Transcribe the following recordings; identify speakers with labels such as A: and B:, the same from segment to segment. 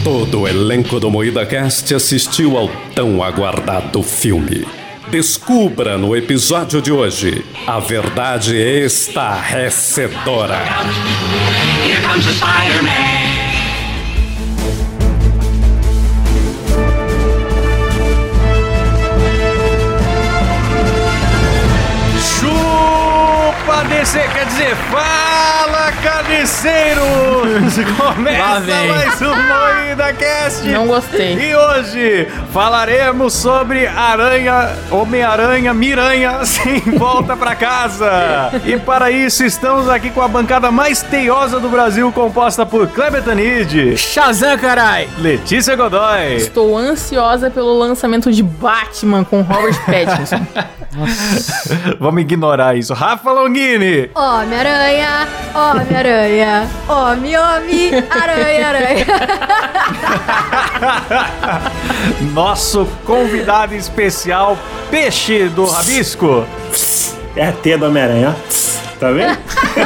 A: Todo o elenco do Moída Cast assistiu ao tão aguardado filme. Descubra no episódio de hoje a verdade estarrecedora.
B: Here comes the Spider-Man.
C: DC, quer dizer, fala, carniceiros! Começa mais um Moída Cast.
D: Não gostei.
C: E hoje falaremos sobre Homem-Aranha, Miranha sem volta pra casa. E para isso estamos aqui com a bancada mais teiosa do Brasil, composta por Kleber Tanid,
E: Shazam, carai!
C: Letícia Godoy.
D: Estou ansiosa pelo lançamento de Batman com Robert Pattinson.
C: Vamos ignorar isso. Rafa Longini.
F: Homem-Aranha, Homem-Aranha, Homem, Aranha.
C: Nosso convidado especial, Peixe do Rabisco.
G: É a T do Homem-Aranha, ó. Tá vendo?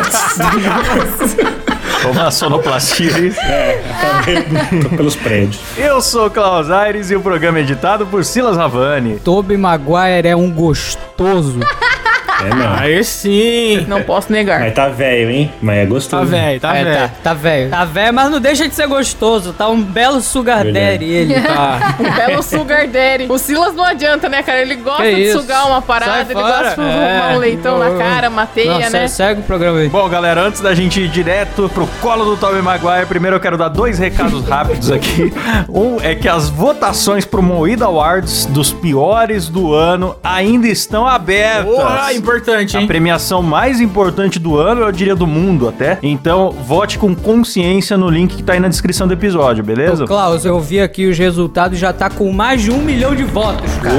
C: Como a sonoplastia.
G: Tá vendo? Tô pelos prédios.
C: Eu sou o Klaus Aires e o programa é editado por Silas Ravani.
E: Tobey Maguire é um gostoso.
G: É, não.
E: Aí sim.
D: Não posso negar.
G: Mas tá velho, hein? Mas é gostoso.
E: Tá velho, tá velho. Tá velho. Tá velho, mas não deixa de ser gostoso. Tá um belo sugar daddy ele. Tá.
D: Um belo sugar daddy. O Silas não adianta, né, cara? Ele gosta de sugar uma parada, ele gosta de fumar um leitão na cara, uma teia, né?
E: Segue o programa aí.
C: Bom, galera, antes da gente ir direto pro colo do Tobey Maguire, primeiro eu quero dar 2 recados rápidos aqui. Um é que as votações pro Moída Awards dos piores do ano ainda estão abertas.
E: Porra, importante, hein?
C: A premiação mais importante do ano, eu diria do mundo até. Então, vote com consciência no link que tá aí na descrição do episódio, beleza?
E: Ô, Klaus, eu vi aqui os resultados e já tá com mais de 1 milhão de votos, cara.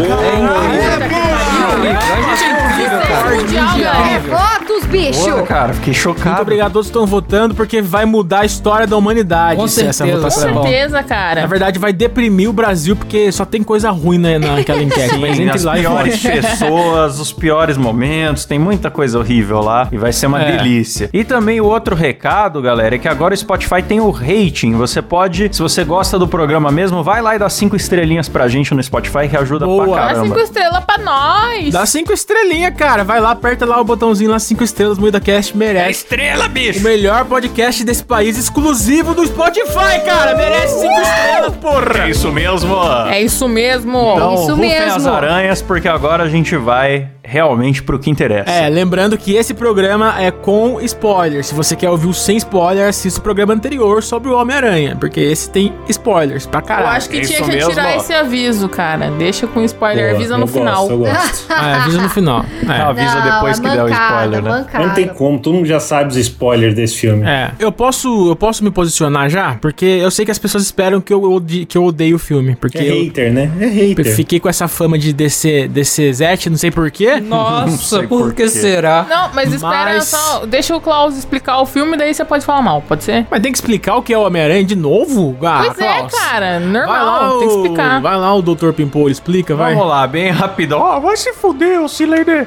F: Votos, bicho!
C: Porra, cara, fiquei chocado.
H: Muito obrigado a todos que estão votando, porque vai mudar a história da humanidade.
E: Com
H: essa
E: certeza.
H: votação.
D: Com certeza, cara.
H: Na verdade, vai deprimir o Brasil, porque só tem coisa ruim naquela enquete. Mas
C: Sim,
H: entre
C: as
H: lá e
C: piores
H: vote.
C: pessoas, os piores momentos, tem muita coisa horrível lá e vai ser uma delícia. E também o outro recado, galera, é que agora o Spotify tem o rating. Você pode, se você gosta do programa mesmo, vai lá e dá 5 estrelinhas pra gente no Spotify, que ajuda
H: Boa.
C: pra
D: Dá
C: caramba.
D: 5 estrelas pra nós.
H: Dá 5 estrelinhas, cara. Vai lá, aperta lá o botãozinho lá, 5 estrelas, Moída Cast merece.
C: Estrela, bicho!
H: O melhor podcast desse país, exclusivo do Spotify, cara. Merece 5 estrelas, porra.
C: É isso mesmo?
D: É isso mesmo.
C: Então,
F: Isso
C: rufem
F: mesmo.
C: as aranhas, porque agora a gente vai realmente pro que interessa.
H: Lembrando que esse programa é com spoilers. Se você quer ouvir o sem spoiler, assista o programa anterior sobre o Homem-Aranha, porque esse tem spoilers pra
D: Eu
H: caralho.
D: acho que
C: É
D: tinha
C: isso
D: que
C: mesmo,
D: tirar
C: ó.
D: esse aviso, cara. Deixa com spoiler,
G: Boa,
D: avisa
G: eu
D: no
G: gosto,
D: final.
G: Eu gosto.
H: Avisa no final.
C: Avisa depois que der o spoiler, né?
G: Não tem como, todo mundo já sabe os spoilers desse filme.
H: Eu posso me posicionar já? Porque eu sei que as pessoas esperam que eu odeie o filme. Porque
G: É hater, né? É
H: eu
G: hater.
H: fiquei com essa fama de descer Zete, não sei porquê.
E: Nossa,
C: sei
E: por
C: por
E: que
C: quê.
E: será?
D: Não, mas espera
H: Mas-
D: só. Deixa o Klaus explicar o filme, daí você pode falar mal, pode ser?
H: Mas tem que explicar o que é o Homem-Aranha de novo?
D: Pois
H: Klaus.
D: é, cara.
H: Vai
D: Normal,
H: lá,
D: tem que explicar.
H: Vai lá, o Dr. Pimpolho, explica, vai.
C: Vamos lá, bem rapidão. Vai se fuder, o Silene.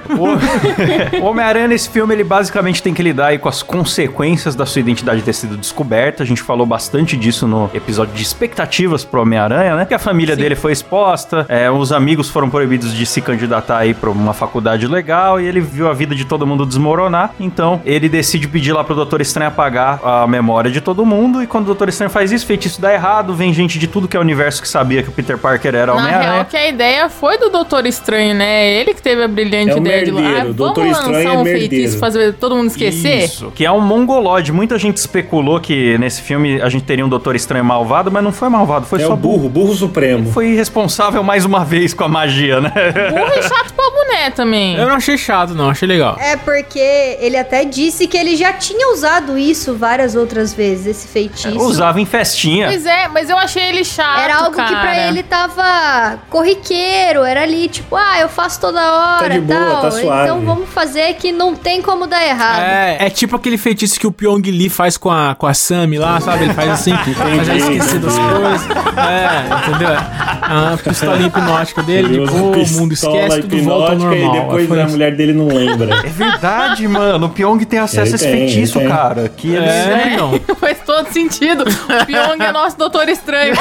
C: O Homem-Aranha nesse filme, ele basicamente tem que lidar aí com as consequências da sua identidade ter sido descoberta. A gente falou bastante disso no episódio de expectativas pro Homem-Aranha, né? Que a família dele foi exposta, os amigos foram proibidos de se candidatar aí pra uma faculdade legal e ele viu a vida de todo mundo desmoronar. Então, ele decide pedir lá pro Doutor Estranho apagar a memória de todo mundo e quando o Doutor Estranho faz isso, feitiço dá errado, vem gente de tudo que é universo que sabia que o Peter Parker era
D: Na real,
C: Homem-Aranha.
D: que a ideia foi do Doutor Estranho, né? Ele que teve a brilhante
G: É o
D: ideia de
G: merdeiro, o Doutor
D: vamos
G: Estranho
D: lançar
G: é
D: um
G: merdeiro.
D: feitiço, fazer todo mundo esquecer?
C: Isso, que é um mongolode. Muita gente especulou que nesse filme a gente teria um Doutor Estranho malvado, mas não foi malvado, foi
G: É
C: só
G: o burro supremo.
C: Foi irresponsável mais uma vez com a magia, né?
D: Burro e chato pra boné também.
H: Eu não achei chato, não, achei legal.
F: É porque ele até disse que ele já tinha usado isso várias outras vezes, esse feitiço.
C: Usava em festinha.
D: Pois é, mas eu achei ele chato,
F: Era algo
D: cara.
F: que pra ele tava corriqueiro, era ali, tipo, eu faço toda hora
G: Tá de
F: e
G: boa,
F: tal.
G: tá suave.
F: Então vamos fazer que não tem como dar errado.
H: É tipo aquele feitiço que o Pyong Lee faz com a Sammy lá, sabe? Ele faz assim, faz ela esquecer das coisas. Entendeu? A pistolinha hipnótica dele,
G: Ele usa
H: o
G: pistola
H: mundo esquece, tudo volta ao
G: hipnótica
H: normal.
G: e depois
H: Foi
G: a
H: isso.
G: mulher dele não lembra.
C: É verdade, mano. O Pyong tem acesso
G: Ele
C: a esse
G: tem,
C: feitiço,
G: ele tem.
C: cara. Que ele
H: Então.
D: Faz todo sentido. O Pyong é nosso Doutor Estranho,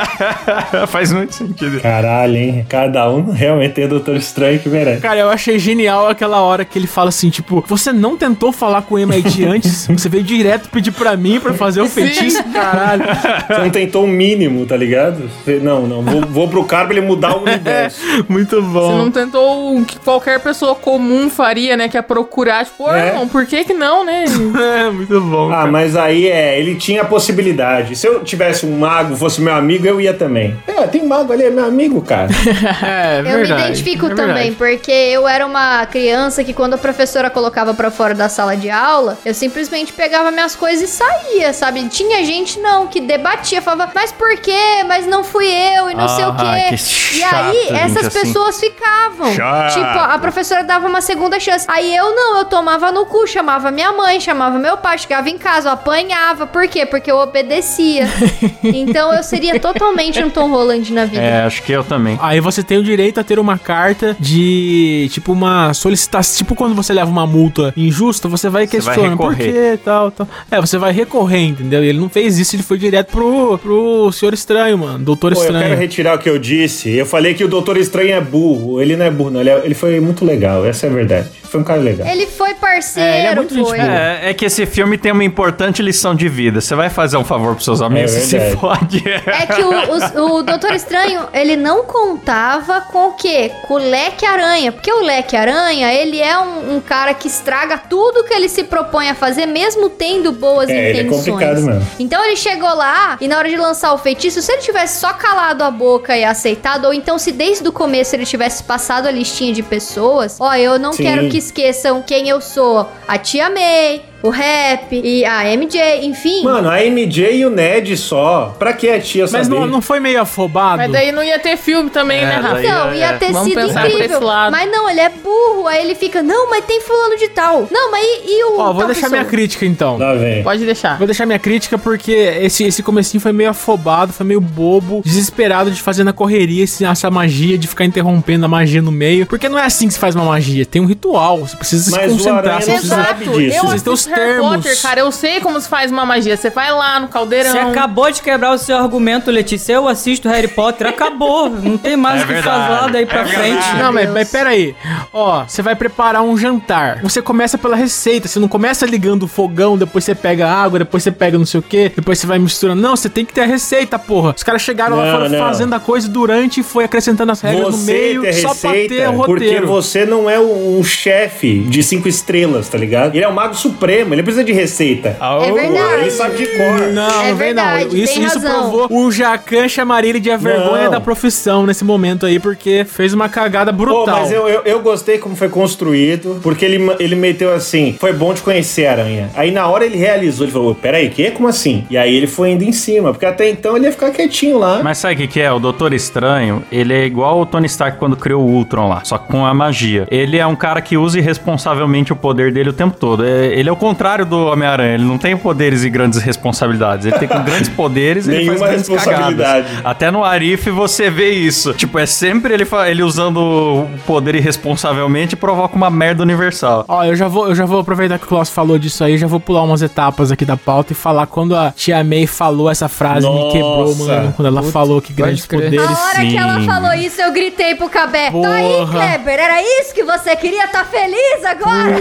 D: cara.
C: Faz muito sentido.
G: Caralho, hein? Cada um realmente tem o Doutor Estranho que merece.
H: Cara, eu achei genial aquela hora que ele fala assim, tipo, você não tentou falar com o MIT antes? Você veio direto pedir pra mim pra fazer o feitiço? Caralho.
G: Você não tentou o mínimo, tá ligado? Não, vou pro cara pra ele mudar o universo.
H: Muito bom.
D: Você não tentou o que qualquer pessoa comum faria, né? Que é procurar, tipo, irmão, por que não, né?
H: É, muito bom.
G: Ah,
H: cara.
G: mas aí ele tinha a possibilidade. Se eu tivesse um mago, fosse meu amigo, eu ia também. Tem mago ali, é meu amigo, cara.
H: É,
F: Eu me identifico também, porque eu era uma criança que quando a professora colocava pra fora da sala de aula, eu simplesmente pegava minhas coisas e saía, sabe? Tinha gente, não, que debatia, falava, mas por quê? Mas não fui eu e não sei o quê.
C: Que
F: E aí,
C: chato,
F: essas
C: gente,
F: pessoas ficavam.
C: Chato.
F: Tipo, a professora dava uma segunda chance. Aí eu tomava no cu, chamava minha mãe, chamava meu pai, chegava em casa, eu apanhava. Por quê? Porque eu obedecia. Então eu seria totalmente um Tom Holland na vida.
C: É, acho que eu também.
H: Aí você tem o direito a ter uma carta de, tipo, uma solicitação. Tipo, quando você leva uma multa injusta, você vai questionando por quê, tal. É, você vai recorrer, entendeu? E ele não fez isso, ele foi direto pro Senhor Estranho, mano. Doutor Estranho.
G: Eu quero retirar o que eu disse. Eu falei que o Doutor Estranho é burro. Ele não é burro, não. Ele foi muito legal, essa é a verdade. Foi um cara legal.
F: Ele foi parceiro,
H: ele é muito gente boa.
C: É que esse filme tem uma importante lição de vida. Você vai fazer um favor pros seus amigos, você se fode.
F: É que o Doutor Estranho, ele não contava com o quê? Com o Leque-Aranha. Porque o Leque-Aranha, ele é um cara que estraga tudo que ele se propõe a fazer, mesmo tendo boas intenções.
G: Ele é complicado mesmo.
F: Então ele chegou lá, e na hora de lançar o feitiço, se ele tivesse só calado a boca e aceitado, ou então se desde o começo ele tivesse passado a listinha de pessoas, eu não quero que esqueçam quem eu sou. A Tia May, o Rap e a MJ, enfim.
G: Mano, a MJ e o Ned só. Pra que a tia saber?
H: Mas não foi meio afobado?
D: Mas daí não ia ter filme também, né, Rafa?
F: Não, ia ter sido incrível. Mas não, ele é burro. Aí ele fica, não, mas tem fulano de tal. Não, mas e o...
H: vou deixar minha crítica, então.
G: Lá vem.
D: Pode deixar.
H: Vou deixar minha crítica porque esse comecinho foi meio afobado, foi meio bobo, desesperado de fazer na correria essa magia, de ficar interrompendo a magia no meio. Porque não é assim que se faz uma magia. Tem um ritual. Você precisa se concentrar.
G: Você sabe disso.
H: Vocês têm os
D: Harry Potter, cara, eu sei como se faz uma magia. Você vai lá no caldeirão.
E: Você acabou de quebrar o seu argumento, Letícia. Eu assisto Harry Potter, acabou. Não tem mais o que falar daí pra frente.
H: Não, mas peraí. Você vai preparar um jantar. Você começa pela receita. Você não começa ligando o fogão, depois você pega água, depois você pega não sei o que, depois você vai misturando. Não, você tem que ter a receita, porra. Os caras chegaram lá, foram fazendo a coisa durante e foi acrescentando as regras no meio, só pra ter o roteiro.
G: Porque você não é um chefe de 5 estrelas, tá ligado? Ele é o mago supremo, ele precisa de receita.
F: É verdade.
G: Ele sabe de cor.
H: Não vem não. Isso provou. O Jacan chamaria ele de a vergonha da profissão nesse momento aí, porque fez uma cagada brutal.
G: Mas eu gostei como foi construído, porque ele meteu assim, foi bom te conhecer, Aranha. Aí na hora ele realizou, ele falou, peraí, como assim? E aí ele foi indo em cima, porque até então ele ia ficar quietinho lá.
C: Mas sabe o que é? O Doutor Estranho, ele é igual o Tony Stark quando criou o Ultron lá, só com a magia. Ele é um cara que usa irresponsavelmente o poder dele o tempo todo. Ele é o contrário do Homem-Aranha, ele não tem poderes e grandes responsabilidades. Ele tem com grandes poderes e ele faz grandes cagadas. Até no Arif você vê isso. Tipo, é sempre ele usando o poder irresponsavelmente e provoca uma merda universal.
H: Eu já vou aproveitar que o Klaus falou disso aí, já vou pular umas etapas aqui da pauta e falar quando a Tia May falou essa frase, me quebrou, mano. Quando ela falou que grandes poderes,
F: a hora que ela falou isso, eu gritei pro Cabé. Tá aí, Kleber, era isso que você queria? Tá feliz agora?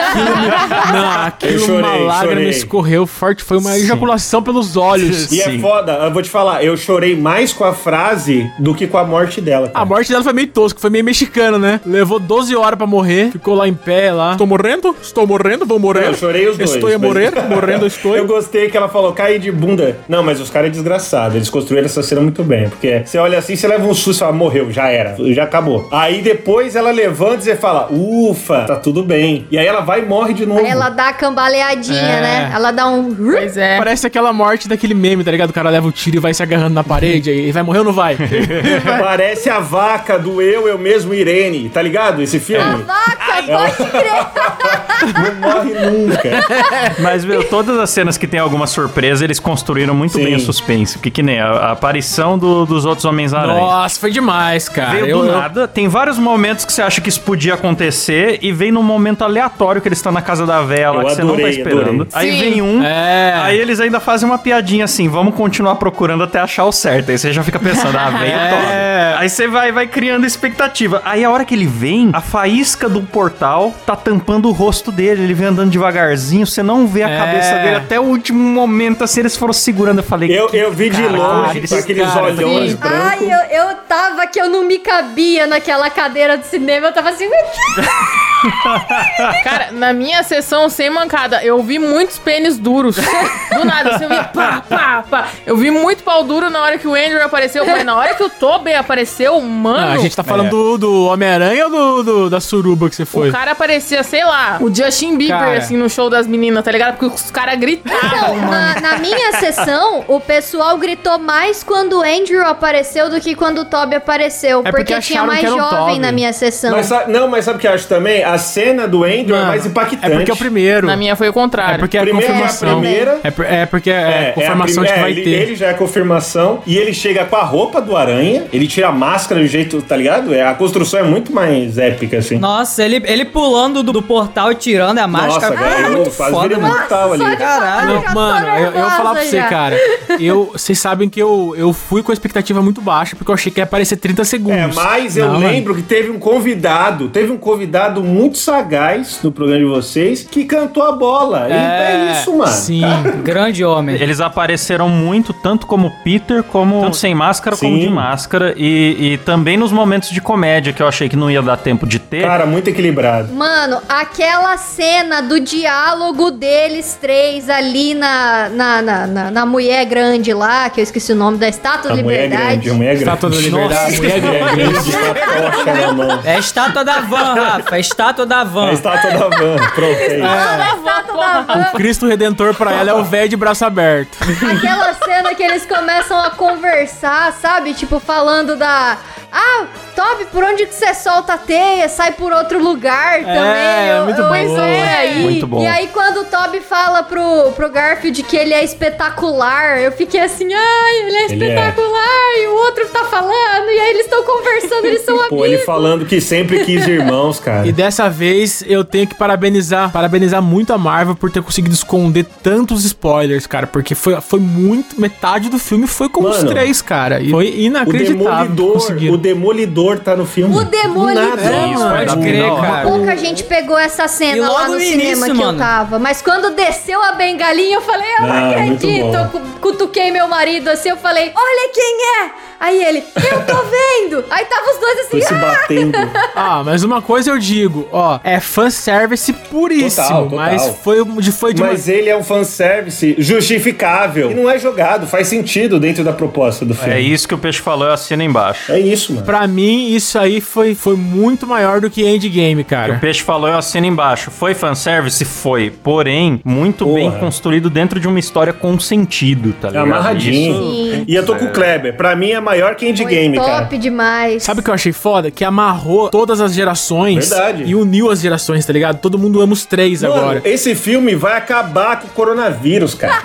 H: Puta, aquilo uma lágrima escorreu forte, foi uma ejaculação pelos olhos.
G: E é foda, eu vou te falar, eu chorei mais com a frase do que com a morte dela. Cara.
H: A morte dela foi meio tosca, foi meio mexicana, né? Levou 12 horas pra morrer, ficou lá em pé, lá. Estou morrendo, vou morrer.
G: Eu chorei os dois.
H: Estou a morrer, morrendo estou.
G: Eu gostei que ela falou, caí de bunda. Não, mas os caras é desgraçado, eles construíram essa cena muito bem, porque você olha assim, você leva um susto e fala, morreu, já era, já acabou. Aí depois ela levanta e você fala, ufa, tá tudo bem. E aí ela vai e morre de novo.
F: Ela dá a cambaleadinha, né? Ela dá um...
D: Pois é.
H: Parece aquela morte daquele meme, tá ligado? O cara leva o tiro e vai se agarrando na parede, aí vai morrer ou não vai?
G: Parece a vaca do Eu Mesmo, Irene, tá ligado? Esse filme.
F: A vaca, pode crer.
G: Não morre nunca.
C: Mas, meu, todas as cenas que tem alguma surpresa, eles construíram muito bem o suspense. Porque que nem a aparição dos outros Homens-Aranha.
H: Nossa, foi demais, cara.
C: Veio do nada. Tem vários momentos que você acha que isso podia acontecer e vem num momento aleatório que eles estão na casa da véia, lá, que você não tá esperando. Aí vem um, aí eles ainda fazem uma piadinha assim, vamos continuar procurando até achar o certo. Aí você já fica pensando, vem o Toby. Aí você vai criando expectativa. Aí a hora que ele vem, a faísca do portal tá tampando o rosto dele, ele vem andando devagarzinho, você não vê a cabeça dele até o último momento, assim, eles foram segurando, eu falei...
G: Eu vi de longe, com aqueles olhões brancos.
F: Ai, eu tava que eu não me cabia naquela cadeira do cinema, eu tava assim...
D: Cara, na minha sessão sem mancada, eu vi muitos pênis duros. Do nada, assim, eu vi pá, pá, pá. Eu vi muito pau duro na hora que o Andrew apareceu. Mas na hora que o Tobey apareceu, mano...
H: a gente tá falando do Homem-Aranha ou da suruba que você foi?
D: O cara parecia, sei lá, o Justin Bieber, assim, no show das meninas, tá ligado? Porque os caras gritavam, mano.
F: Na minha sessão, o pessoal gritou mais quando o Andrew apareceu do que quando o Tobey apareceu. Porque tinha mais jovem na minha sessão.
G: Mas sabe o que eu acho também? A cena do Andrew é mais impactante.
H: É porque é o primeiro.
D: Na minha foi o contrário.
H: É porque é a confirmação. É porque é a confirmação de que vai ter.
G: Ele já é a confirmação. E ele chega com a roupa do Aranha. Ele tira a máscara do jeito, tá ligado? A construção é muito mais épica, assim.
E: Nossa, ele pulando do portal e tirando a máscara.
G: Nossa, cara,
E: é muito
G: quase
E: foda,
G: virei
E: mano.
G: mortal ali.
E: Caralho.
H: Mano, eu vou falar pra você, cara. Vocês sabem que eu fui com a expectativa muito baixa, porque eu achei que ia aparecer 30 segundos.
G: Mas eu lembro que teve um convidado muito sagaz no programa de vocês que cantou a bola. É isso, mano.
E: Sim, grande homem.
C: Eles apareceram muito, tanto como Peter, como tanto sem máscara, como de máscara. E também nos momentos de comédia, que eu achei que não ia dar tempo de ter.
G: Cara, muito equilibrado.
F: Mano, aquela cena do diálogo deles três ali na mulher grande lá, que eu esqueci o nome, da Estátua da Liberdade.
G: A mulher grande.
H: Estátua da Liberdade.
G: Mulher grande. Tocha na mão.
E: É a estátua da van, Rafa. É a estátua da van.
G: É a estátua da van. Pronto, é isso.
H: O Cristo Redentor pra ela é o velho de braço aberto.
F: Aquela cena que eles começam a conversar, sabe? Tipo, falando da... Toby, por onde que você solta a teia? Sai por outro lugar também.
H: Muito bom.
F: Aí.
C: Muito bom.
F: E aí, quando o Toby fala pro Garfield que ele é espetacular, eu fiquei assim, ele é espetacular, e o outro tá falando, e aí eles estão conversando, eles são amigos.
G: Pô, ele falando que sempre quis irmãos, cara.
H: E dessa vez eu tenho que parabenizar muito a Marvel por ter conseguido esconder tantos spoilers, cara, porque foi muito, metade do filme foi com os três, cara, e foi inacreditável.
G: O Demolidor tá no filme.
F: O Demolidor.
E: Pode crer, cara.
F: Pouca gente pegou essa cena lá no cinema que eu tava, mas quando desceu a bengalinha, eu falei, eu não acredito. Eu cutuquei meu marido assim, eu falei, olha quem é. Aí ele, eu tô vendo. Aí tava os dois assim,
G: foi se batendo.
H: Mas uma coisa eu digo, é fanservice puríssimo, total. Mas foi de
G: Mas ele é um fanservice justificável. E não é jogado, faz sentido dentro da proposta do filme.
C: É isso que o Peixe falou, eu assino embaixo.
G: É isso, mano.
H: Pra mim, isso aí foi muito maior do que Endgame, cara.
C: O Peixe falou, eu assino embaixo. Foi fanservice? Foi. Porém, muito bem construído dentro de uma história com sentido, tá ligado?
G: Amarradinho. E eu tô com o Kleber. Pra mim é maior que Endgame, cara.
F: Top demais.
H: Sabe o que eu achei foda? Que amarrou todas as gerações.
G: Verdade.
H: E uniu as gerações, tá ligado? Todo mundo ama os três agora.
G: Esse filme vai acabar com o coronavírus, cara.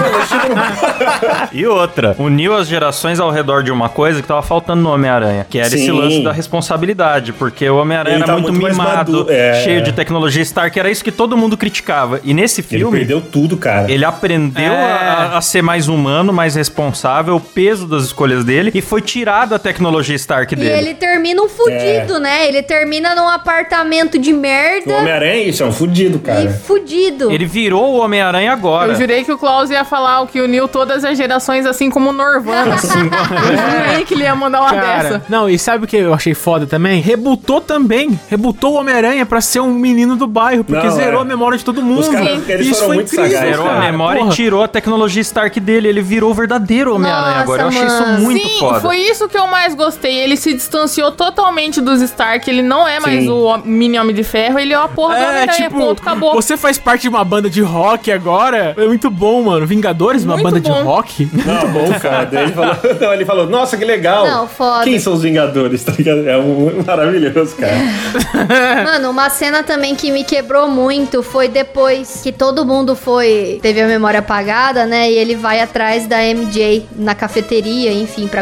C: E outra, uniu as gerações ao redor de uma coisa que tava faltando no Homem-Aranha, que era esse lance da responsabilidade, porque o Homem-Aranha era muito mimado, cheio de tecnologia Stark, era isso que todo mundo criticava. E nesse filme...
G: Ele perdeu tudo, cara.
C: Ele aprendeu a ser mais humano, mais responsável, o peso das escolhas dele, e foi tirado a tecnologia Stark dele.
F: E ele termina um fudido, né? Ele termina num apartamento de merda.
G: O Homem-Aranha é isso, é um fudido, cara.
F: E fudido.
C: Ele virou o Homem-Aranha agora.
D: Eu jurei que o Klaus ia falar o que uniu todas as gerações, assim como o Norvana. Eu jurei que ele ia mandar uma dessa.
H: Não, e sabe o que eu achei foda também? Rebutou o Homem-Aranha pra ser um menino do bairro, porque zerou a memória de todo mundo.
G: Eles
H: isso foi
G: muito
H: incrível.
C: Zerou a memória e tirou a tecnologia Stark dele. Ele virou o verdadeiro Homem-Aranha agora. Eu achei isso muito foda.
D: Foi isso que eu mais gostei. Ele se distanciou totalmente dos Stark. Ele não é mais o mini Homem de Ferro. Ele é a porra do Homem-Aranha. Ponto, acabou.
H: Você faz parte de uma banda de rock agora? É muito bom, mano. Vingadores, uma banda de rock?
G: Muito bom, cara. Ele falou, nossa, que legal.
F: Não, foda.
G: Quem são os Vingadores? Tá ligado? É maravilhoso, cara.
F: Mano, uma cena também que me quebrou muito foi depois que todo mundo teve a memória apagada, né? E ele vai atrás da MJ na cafeteria, enfim, pra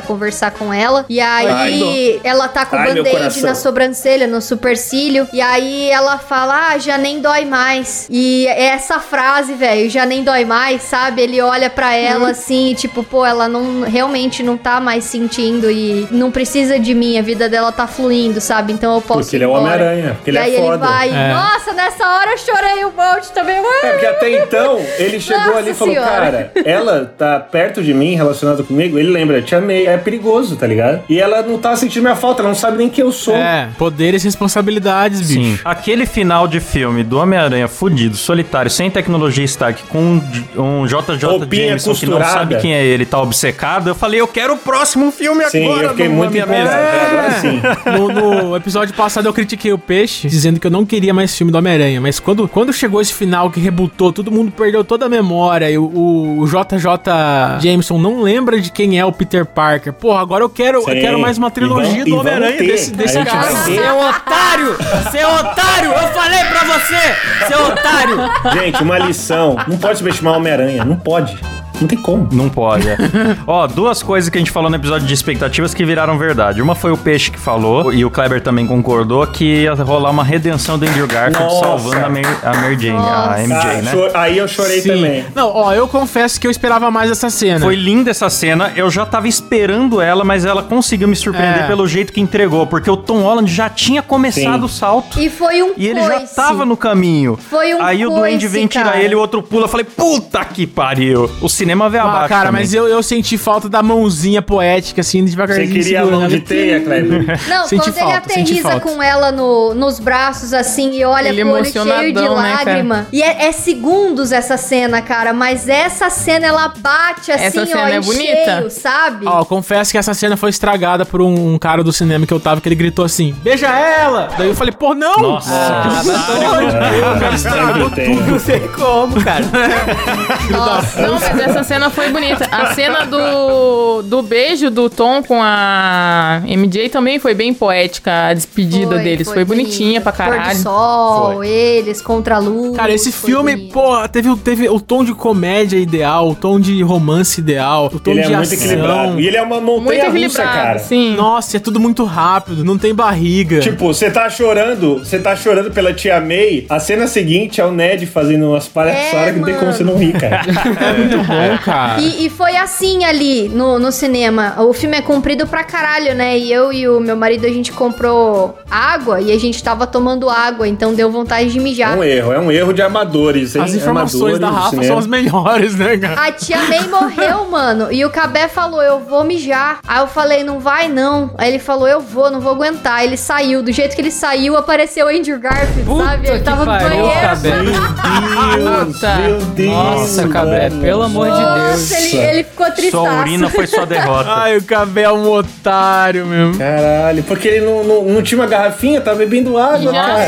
F: conversar com ela. E aí ela tá com o band-aid na sobrancelha, no supercílio. E aí ela fala, já nem dói mais. E essa frase, velho, já nem dói mais, sabe? Ele olha pra ela assim, tipo, pô, ela realmente não tá mais sentindo e não precisa de mim, a vida dela tá fluindo, sabe? Então eu posso
G: Porque ele é o Homem-Aranha, porque ele é foda.
F: E aí ele vai, nossa, nessa hora eu chorei um monte também.
G: Porque até então, ele chegou ali e falou, cara, ela tá perto de mim, relacionada comigo, ele lembra, te amei, é perigoso, tá ligado? E ela não tá sentindo minha falta, ela não sabe nem quem eu sou.
H: Poderes e responsabilidades, bicho.
C: Sim. Aquele final de filme do Homem-Aranha fudido, solitário, sem tecnologia Stark, com um JJ Jameson que não sabe quem é ele, tá obcecado, eu falei, eu quero o próximo filme agora.
G: Sim, eu fiquei muito empolgado, agora sim.
H: No episódio passado eu critiquei o Peixe, dizendo que eu não queria mais filme do Homem-Aranha, mas quando chegou esse final que rebutou, todo mundo perdeu toda a memória, e o JJ Jameson não lembra de quem é o Peter Parker. Porra, agora eu quero mais uma trilogia do Homem-Aranha desse cara.
E: Seu otário! Seu otário! Eu falei pra você! Seu otário!
G: Gente, uma lição. Não pode subestimar o Homem-Aranha. Não pode. Não tem como.
C: Não pode, Ó, duas coisas que a gente falou no episódio de expectativas que viraram verdade. Uma foi o Peixe que falou, e o Kleber também concordou, que ia rolar uma redenção do Andrew Garfield salvando a Mary Jane, a MJ, né?
G: Aí eu chorei também.
H: Não, ó, eu confesso que eu esperava mais essa cena.
C: Foi linda essa cena, eu já tava esperando ela, mas ela conseguiu me surpreender pelo jeito que entregou, porque o Tom Holland já tinha começado o salto.
F: E foi um
C: E ele já tava no caminho.
F: Foi um
C: Aí o Duende vem tirar ele, o outro pula, eu falei, puta que pariu. O cinema veio abaixo
H: cara,
C: também.
H: mas eu senti falta da mãozinha poética, assim, devagarzinho.
G: Você queria a mão de teia, Kleber?
F: Não, quando ele aterriza com ela nos braços, assim, e olha pro olho cheio de lágrima. E é segundos essa cena, cara, mas essa cena, ela bate assim,
D: essa cena é bonita,
F: cheio, sabe?
H: Ó, confesso que essa cena foi estragada por um cara do cinema que eu tava, que ele gritou assim, beija ela! Daí eu falei, pô, não!
C: Nossa,
H: o cara estragou tudo.
E: Não sei como, cara.
F: Nossa.
D: Não, mas essa cena foi bonita. A cena do beijo do Tom com a MJ também foi bem poética. A despedida deles foi bonitinha pra caralho.
F: Pôr do sol, eles contra a luz.
H: Cara, esse filme, pô, teve o tom de comédia ideal, o tom de romance ideal, o tom de ação. Ele é muito equilibrado.
G: E ele é uma montanha russa, cara.
D: Sim.
H: Nossa, é tudo muito rápido, não tem barriga.
G: Tipo, você tá chorando pela tia May, a cena seguinte é o Ned fazendo umas palhaçadas que não tem como você não rir, cara.
H: É muito bom, cara.
F: E foi assim ali no cinema. O filme é comprido pra caralho, né? E eu e o meu marido, a gente comprou água e a gente tava tomando água, então deu vontade de mijar.
G: É um erro de amadores, hein?
H: As informações da Rafa são as melhores, né, cara?
F: A tia May morreu, mano. E o Cabé falou, eu vou mijar. Aí eu falei, não vai não. Aí ele falou, eu vou, não vou aguentar. Ele saiu. Do jeito que ele saiu, apareceu o Andrew Garfield, sabe? Ele tava no banheiro.
G: Meu Deus.
E: Nossa, Cabé, pelo amor de Deus.
F: Ele ficou tristaço.
C: Sua urina foi sua derrota.
H: Ai, o Cabé é um otário mesmo.
G: Caralho, porque ele não tinha uma garrafinha, tava bebendo água, cara.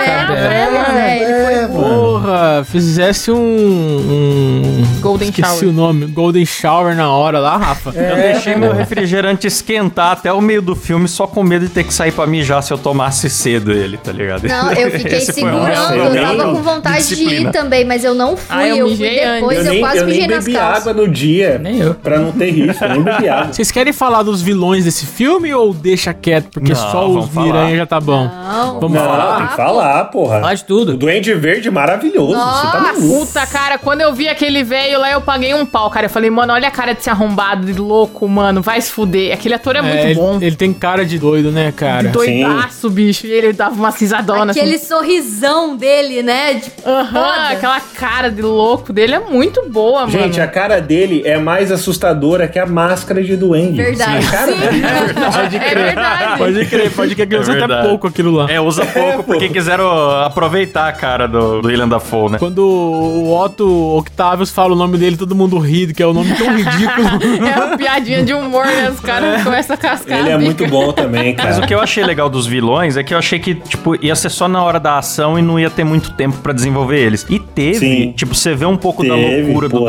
H: Porra, fizesse um
D: Golden
H: esqueci
D: Shower.
H: o nome. Golden Shower na hora lá, Rafa.
C: Eu deixei meu refrigerante esquentar até o meio do filme só com medo de ter que sair pra mijar se eu tomasse cedo ele, tá ligado?
F: Não, eu fiquei
C: Esse foi um
F: segurando. Eu tava com vontade de ir também, mas eu não fui.
D: Eu
F: eu fui
D: mijei
F: depois, eu quase mijei nas
G: bebi
F: calças.
G: água no dia.
E: Nem eu.
G: Pra não ter risco, eu nem bebi água.
H: Vocês querem falar dos vilões desse filme ou deixa quieto? Porque
C: Não,
H: só os
C: vamos falar.
H: Miranha já tá bom.
F: Não,
H: Vamos falar.
G: Tem que falar, porra.
E: Faz tudo.
G: O Duende Verde maravilhoso. Você tá maluco.
D: Puta, cara, quando eu vi aquele velho lá, eu paguei um pau, cara. Eu falei, mano, olha a cara desse arrombado, de louco, mano. Vai se fuder. Aquele ator é muito bom.
H: Ele tem cara de doido, né, cara?
D: Doidaço, bicho. E ele dava uma risadona
F: aquele
D: assim.
F: sorrisão dele, né? De foda.
D: Aquela cara de louco dele é muito boa, mano.
G: Gente, a cara dele é mais assustadora que a máscara de Duende.
F: Verdade.
G: A cara dele
H: Pode crer.
D: verdade.
H: Pode crer que usa até
C: verdade.
H: pouco aquilo lá.
C: Usa pouco porque quiseram aproveitar a cara do William Dafoe, né?
H: Quando o Otto Octavius fala o nome dele, todo mundo ri, que é um nome tão ridículo.
D: É uma piadinha de humor, né? Os caras começam a cascar.
G: Ele é muito bom também, cara.
C: Mas o que eu achei legal dos vilões é que eu achei que, tipo, ia ser só na hora da ação e não ia ter muito tempo pra desenvolver eles. E teve,
G: Sim.
C: tipo, você vê um pouco da
G: Teve,
C: loucura do
G: porra.
C: Duende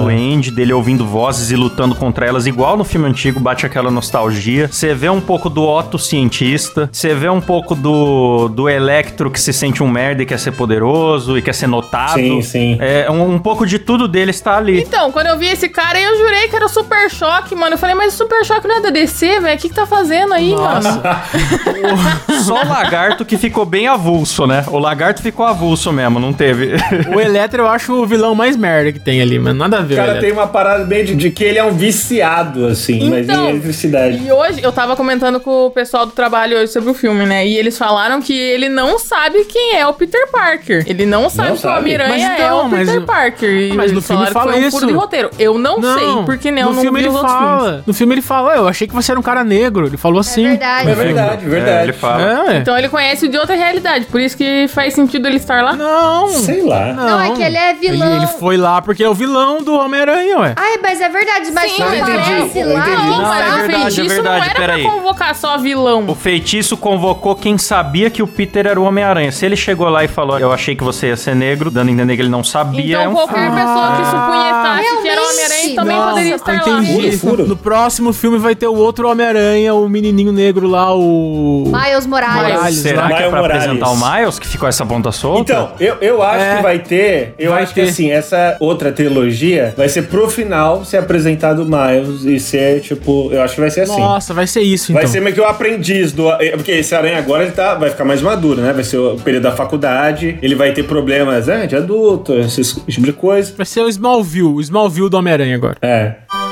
C: background dele ouvindo vozes e lutando contra elas, igual no filme antigo, bate aquela nostalgia. Você vê um pouco do Otto cientista, você vê um pouco do Electro que se sente um merda e quer ser poderoso e quer ser notado.
G: Sim, sim.
C: Um pouco de tudo dele está ali.
D: Então, quando eu vi esse cara, eu jurei que era o Super Choque, mano. Eu falei, mas o Super Choque não é da DC, velho? O que tá fazendo aí, mano?
C: Só o Lagarto que ficou bem avulso, né? O Lagarto ficou avulso mesmo, não teve.
H: O Electro eu acho o vilão mais merda que tem ali, mano. Nada a ver.
G: O cara tem uma parada bem de que ele é um viciado, assim, mas em eletricidade.
D: E hoje, eu tava comentando com o pessoal do trabalho hoje sobre o filme, né? E eles falaram que ele não sabe quem é o Peter Parker. Ele não sabe que o Homem-Aranha é o Peter Parker. E
H: mas no filme fala isso.
D: Furo de roteiro. Eu não sei, porque eu não vi os outros filmes.
H: No filme ele fala, eu achei que você era um cara negro. Ele falou assim.
F: É verdade.
C: Ele fala.
D: Então ele conhece de outra realidade, por isso que faz sentido ele estar lá?
H: Não.
G: Sei lá.
F: Não, é que ele é vilão.
H: Ele foi lá porque é o vilão do Homem-Aranha, ué.
F: Ai, mas é verdade, mas
D: Sim,
F: só
D: eu
F: aparece
G: entendi.
F: lá.
D: Não,
C: Não,
D: mas
C: é
D: o
C: verdade,
D: feitiço
C: é verdade,
D: não era
C: peraí.
D: pra convocar só vilão.
C: O feitiço convocou quem sabia que o Peter era o Homem-Aranha. Se ele chegou lá e falou, eu achei que você ia ser negro, dando a entender que ele não sabia,
D: Então qualquer pessoa que supunhetasse que era o Homem-Aranha também poderia estar lá.
H: Entendi.
G: Furo.
H: No próximo filme vai ter o outro Homem-Aranha, o menininho negro lá, o...
F: Miles Morales.
C: Será que é
G: Miles
C: pra
G: Morales.
C: apresentar o Miles que ficou essa ponta solta?
G: Então, eu acho que vai ter. Eu
H: Vai
G: acho
H: ter.
G: que assim, essa outra trilogia vai ser pro final ser apresentado o Miles e ser, tipo, eu acho que vai ser assim.
H: Nossa, vai ser isso, então.
G: Vai ser meio que o aprendiz do. Porque esse Aranha agora ele vai ficar mais maduro, né? Vai ser o período da faculdade, ele vai ter problemas de adulto, esse tipo de coisa.
H: Vai ser o Smallville do Homem-Aranha agora.
G: É.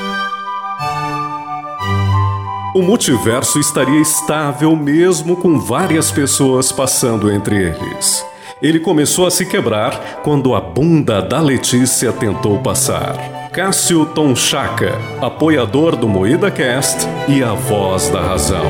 A: O multiverso estaria estável mesmo com várias pessoas passando entre eles. Ele começou a se quebrar quando a bunda da Letícia tentou passar. Cássio Tonchaca, apoiador do Moída Cast e a voz da razão.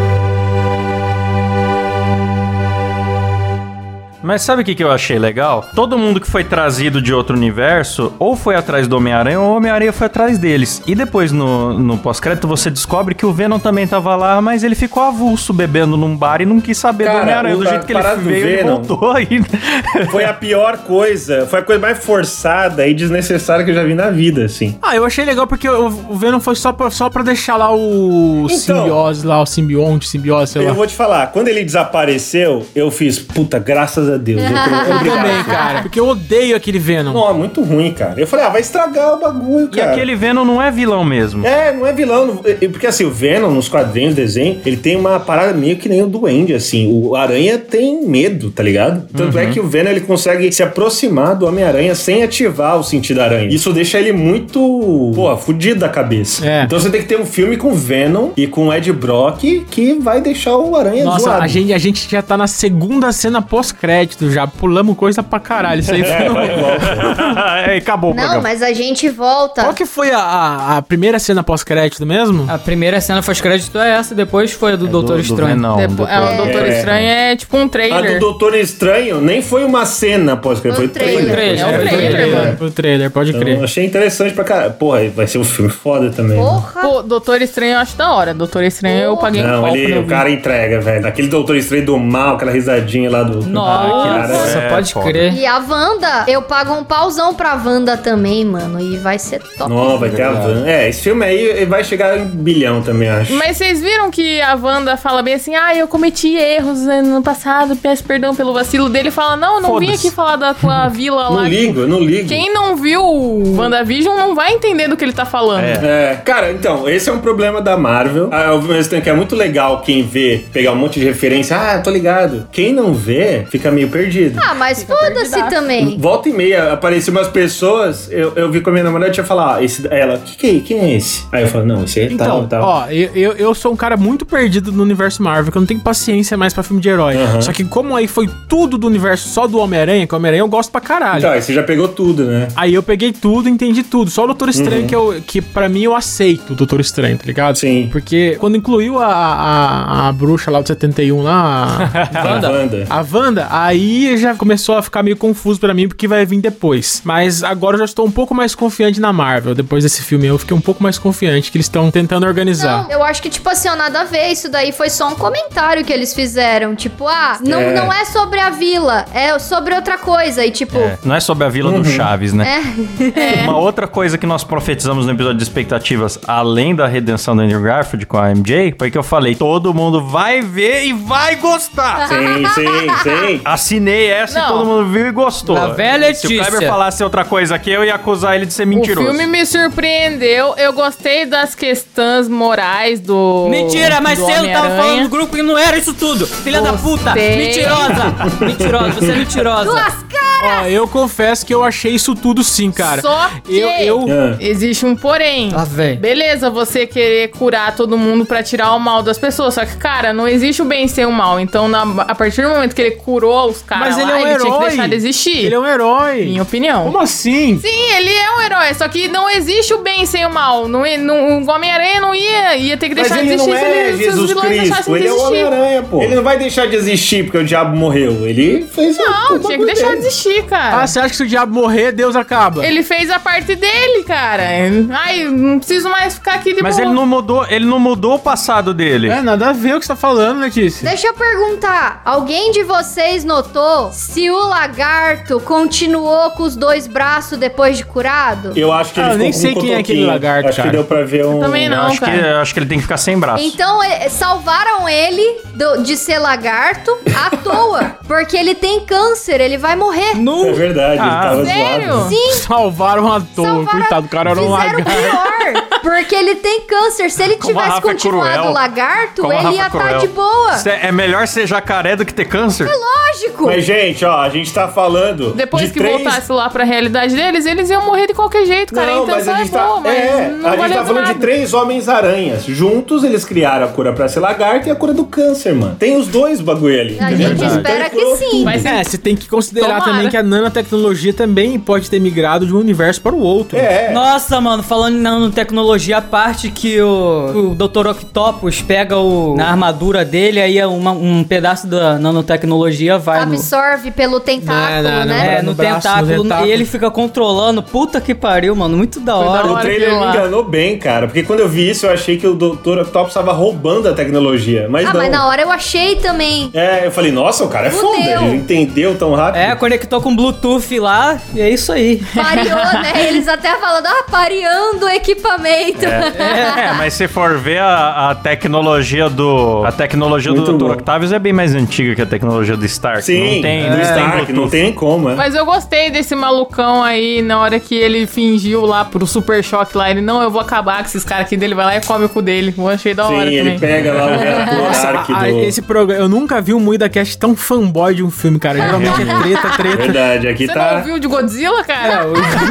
C: Mas sabe o que eu achei legal? Todo mundo que foi trazido de outro universo, ou foi atrás do Homem-Aranha, ou o Homem-Aranha foi atrás deles. E depois, no pós-crédito, você descobre que o Venom também tava lá, mas ele ficou avulso bebendo num bar e não quis saber do Homem-Aranha. Do jeito que ele veio, ele voltou aí.
G: Foi a pior coisa, foi a coisa mais forçada e desnecessária que eu já vi na vida, assim.
H: Eu achei legal porque o Venom foi só pra deixar lá o simbiose lá, o simbiose, sei lá.
G: Eu vou te falar, quando ele desapareceu, eu fiz, puta, graças a Deus.
H: Eu também, cara. Porque eu odeio aquele Venom.
G: Não, é muito ruim, cara. Eu falei, vai estragar o bagulho,
C: E
G: cara.
C: aquele Venom não é vilão mesmo.
G: Não é vilão. Porque assim, o Venom, nos quadrinhos, desenho, ele tem uma parada meio que nem o Duende, assim. O Aranha tem medo, tá ligado? Tanto é que o Venom, ele consegue se aproximar do Homem-Aranha sem ativar o sentido aranha. Isso deixa ele muito, fudido da cabeça. Então você tem que ter um filme com Venom e com Ed Brock que vai deixar o Aranha zoado.
H: Nossa, a gente já tá na segunda cena pós-crédito, já pulamos coisa pra caralho. Isso aí foi
G: vai e volta.
C: Acabou o
F: Não,
C: programa.
F: mas a gente volta.
H: Qual que foi a primeira cena pós-crédito mesmo?
E: A primeira cena pós-crédito é essa, depois foi a do Doutor Estranho.
C: Não,
D: O Doutor Estranho é tipo um
G: A
D: trailer.
G: do Doutor Estranho nem foi uma cena pós-crédito, foi trailer.
D: É um trailer, mano.
H: Foi o trailer, pode crer.
G: Então, achei interessante pra caralho. Porra, vai ser um filme foda também.
F: Porra.
D: Pô, Doutor Estranho eu acho da hora. Doutor Estranho eu paguei um
G: Não,
D: pau quando eu
G: o
D: vi.
G: cara entrega, velho. Aquele Doutor Estranho do mal, aquela risadinha lá do...
E: Nossa, pode
C: foda.
E: crer.
F: E a Wanda, eu pago um pauzão pra Wanda também, mano. E vai ser top.
G: Não, vai ter a Van. Esse filme aí vai chegar em bilhão também, acho.
D: Mas vocês viram que a Wanda fala bem assim, eu cometi erros no passado, peço perdão pelo vacilo dele. Fala, não vim aqui falar da tua vila lá.
G: Não ligo.
D: Quem não viu o WandaVision não vai entender do que ele tá falando.
G: Cara, então, esse é um problema da Marvel. Ao mesmo tempo que é muito legal quem vê, pegar um monte de referência. Tô ligado. Quem não vê, fica meio perdido.
F: Mas foda-se também.
G: Volta e meia, apareciam umas pessoas, eu vi com a minha namorada e tinha falado, ela, quem é esse? Aí eu falo, não, esse aí é
H: Então,
G: tal.
H: eu sou um cara muito perdido no universo Marvel, que eu não tenho paciência mais pra filme de herói. Só que como aí foi tudo do universo só do Homem-Aranha, que o Homem-Aranha eu gosto pra caralho.
G: Então, aí você já pegou tudo, né?
H: Aí eu peguei tudo, entendi tudo. Só o Doutor Estranho que pra mim eu aceito o Doutor Estranho, tá ligado?
G: Sim.
H: Porque quando incluiu a bruxa lá do 71 lá,
G: Wanda.
H: a Wanda, Aí já começou a ficar meio confuso pra mim, porque vai vir depois. Mas agora eu já estou um pouco mais confiante na Marvel. Depois desse filme eu fiquei um pouco mais confiante que eles estão tentando organizar.
F: Não, eu acho que, tipo assim, ó, nada a ver. Isso daí foi só um comentário que eles fizeram. Tipo, não é sobre a vila, é sobre outra coisa. E tipo...
C: Não é sobre a vila do Chaves, né?
F: É.
C: Uma outra coisa que nós profetizamos no episódio de expectativas, além da redenção do Andrew Garfield com a MJ, foi que eu falei, todo mundo vai ver e vai gostar.
G: Sim.
C: Assinei essa
D: Não.
C: e todo mundo viu e gostou.
E: A velha
C: Se o
E: Letícia.
C: Kleber falasse outra coisa aqui, eu ia acusar ele de ser mentiroso.
D: O filme me surpreendeu. Eu gostei das questões morais do.
E: Mentira, mas
D: do
E: você tava
D: Homem-Aranha.
E: falando no grupo que não era isso tudo. Filha da puta.
D: Gostei.
E: Mentirosa, você é mentirosa.
H: Ó, eu confesso que eu achei isso tudo sim, cara.
D: Só que existe um porém.
E: Ah, velho.
D: Beleza, você querer curar todo mundo pra tirar o mal das pessoas. Só que, cara, não existe o bem sem o mal. Então, a partir do momento que ele curou os caras
H: Mas ele
D: lá,
H: é um
D: ele tinha que
H: herói.
D: deixar de existir.
H: Ele é um herói.
D: Minha opinião.
H: Como assim?
D: Sim, ele é um herói, só que não existe o bem sem o mal. O Homem-Aranha não ia ter que
G: Mas
D: deixar
G: ele
D: de existir
G: não é
D: se os
G: Jesus
D: vilões deixassem
G: Cristo,
D: de
G: ele é o
D: existir.
G: Homem-Aranha, pô. Ele não vai deixar de existir porque o diabo morreu. Ele fez
D: Não, tinha que deixar de existir, cara.
H: Ah, você acha que se o diabo morrer, Deus acaba?
D: Ele fez a parte dele, cara. Ai, não preciso mais ficar aqui de
C: Mas
D: boa.
C: ele não mudou o passado dele.
H: É, nada a ver o que você tá falando, Letícia.
F: Deixa eu perguntar, alguém de vocês notou se o lagarto continuou com os 2 braços depois de curado?
G: Eu acho que ele
H: eu
G: ficou
H: nem
G: com
H: sei
G: um
H: quem é aquele
G: cotoquinho.
H: lagarto,
G: Acho
H: cara.
G: que deu pra ver um...
D: também não.
C: Eu acho que ele tem que ficar sem braço.
F: Então, salvaram ele de ser lagarto à toa. Porque ele tem câncer, ele vai morrer.
G: É verdade, ele tava
D: sério?
G: zoado.
F: Sim,
H: Salvaram à toa. Coitado, o cara era um
F: fizeram
H: lagarto.
F: pior. Porque ele tem câncer. Se ele
C: Como a
F: tivesse
C: Rafa é
F: continuado
C: cruel.
F: lagarto,
C: Como a
F: ele
C: Rafa
F: ia
C: é
F: estar
C: cruel.
F: de boa.
C: É melhor ser jacaré do que ter câncer?
F: Lógico.
G: Mas, gente, ó, a gente tá falando
D: Depois
G: de
D: que
G: 3...
D: voltasse lá pra realidade deles, eles iam morrer de qualquer jeito, cara.
G: Não,
D: A intenção
G: mas a
D: é
G: gente tá...
D: boa, mas não
G: a gente
D: valeu
G: tá falando
D: nada.
G: de 3 Homens-Aranhas. Juntos, eles criaram a cura pra ser lagarto e a cura do câncer, mano. Tem os 2 bagulho ali.
F: A
G: entendeu?
F: gente espera
G: Então,
F: que sim.
D: Vai ser
H: É, você tem que considerar
D: Tomara.
H: também que a nanotecnologia também pode ter migrado de um universo para o outro.
G: É.
E: Nossa, mano, falando em nanotecnologia, a parte que o Dr. Octopus pega na armadura dele, aí um pedaço da nanotecnologia vai
F: Absorve pelo tentáculo,
H: Não,
F: né?
E: no
H: no braço,
E: tentáculo,
H: no tentáculo.
E: e ele fica controlando. Puta que pariu, mano, muito da hora.
D: da
G: O
D: hora
G: trailer
D: aquilo
G: me
D: lá.
G: enganou bem, cara. Porque quando eu vi isso, eu achei que o Dr. Octopus tava roubando a tecnologia. Mas não.
F: Mas na hora eu achei também.
G: É, eu falei, nossa, o cara é
F: Fudeu.
G: foda. Ele entendeu tão rápido.
E: É, conectou com Bluetooth lá, e é isso aí.
F: Pareou, né? Eles até falando, pareando o equipamento.
C: Mas se for ver a tecnologia do
G: Muito
C: Dr.
G: bom.
C: Octavius é bem mais antiga que a tecnologia do Stark.
G: Sim,
C: não tem,
G: do
C: não tem
G: Stark,
C: Bluetooth.
G: não tem nem como, é.
D: Mas eu gostei desse malucão aí, na hora que ele fingiu lá pro Super Choque lá. Ele, não, eu vou acabar com esses caras aqui dele, vai lá e come o cu dele. Eu achei da hora
G: Sim,
D: também.
G: ele pega lá o reator
H: Nossa,
G: Ark do...
H: esse programa, eu nunca vi um MuidaCast tão fanboy de um filme, cara. Geralmente é treta.
G: Verdade, aqui
D: Você
G: tá...
D: não ouviu de Godzilla, cara?